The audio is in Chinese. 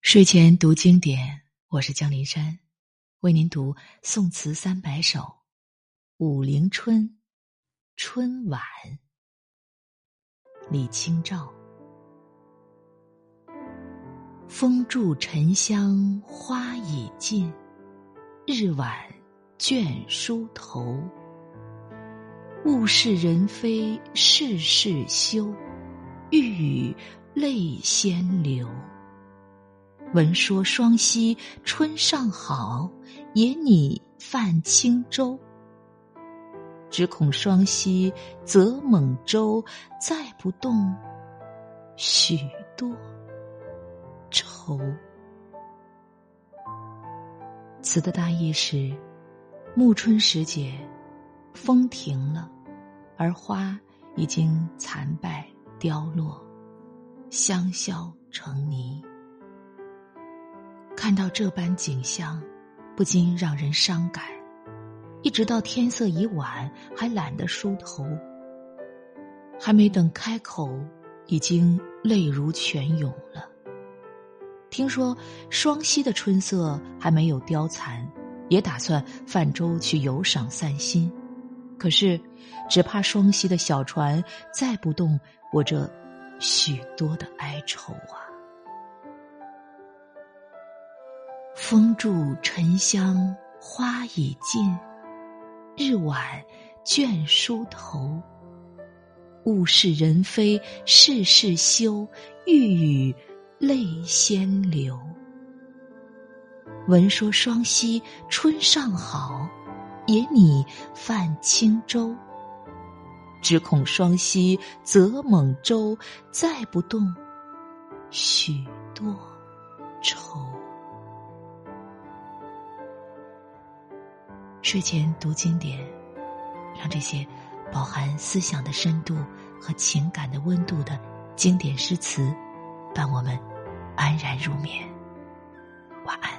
睡前读经典，我是江林山，为您读宋词300首《武陵春》春晚。李清照。风住沉香花已尽，日晚倦梳头。物是人非事事休，欲语泪先流。闻说双溪春尚好，也拟泛轻舟。只恐双溪舴猛舟，载不动许多愁。词的大意是：暮春时节，风停了，而花已经残败凋落，香消成泥。看到这般景象，不禁让人伤感，一直到天色已晚，还懒得梳头。还没等开口，已经泪如泉涌了。听说双溪的春色还没有凋残，也打算泛舟去游赏散心，可是只怕双溪的小船载不动我这许多的哀愁啊。风住沉香花已尽，日晚倦梳头。物是人非事事休，欲语泪先流。闻说双溪春尚好，也拟泛轻舟。只恐双溪舴猛舟，载不动许多愁。睡前读经典，让这些饱含思想的深度和情感的温度的经典诗词伴我们安然入眠。晚安。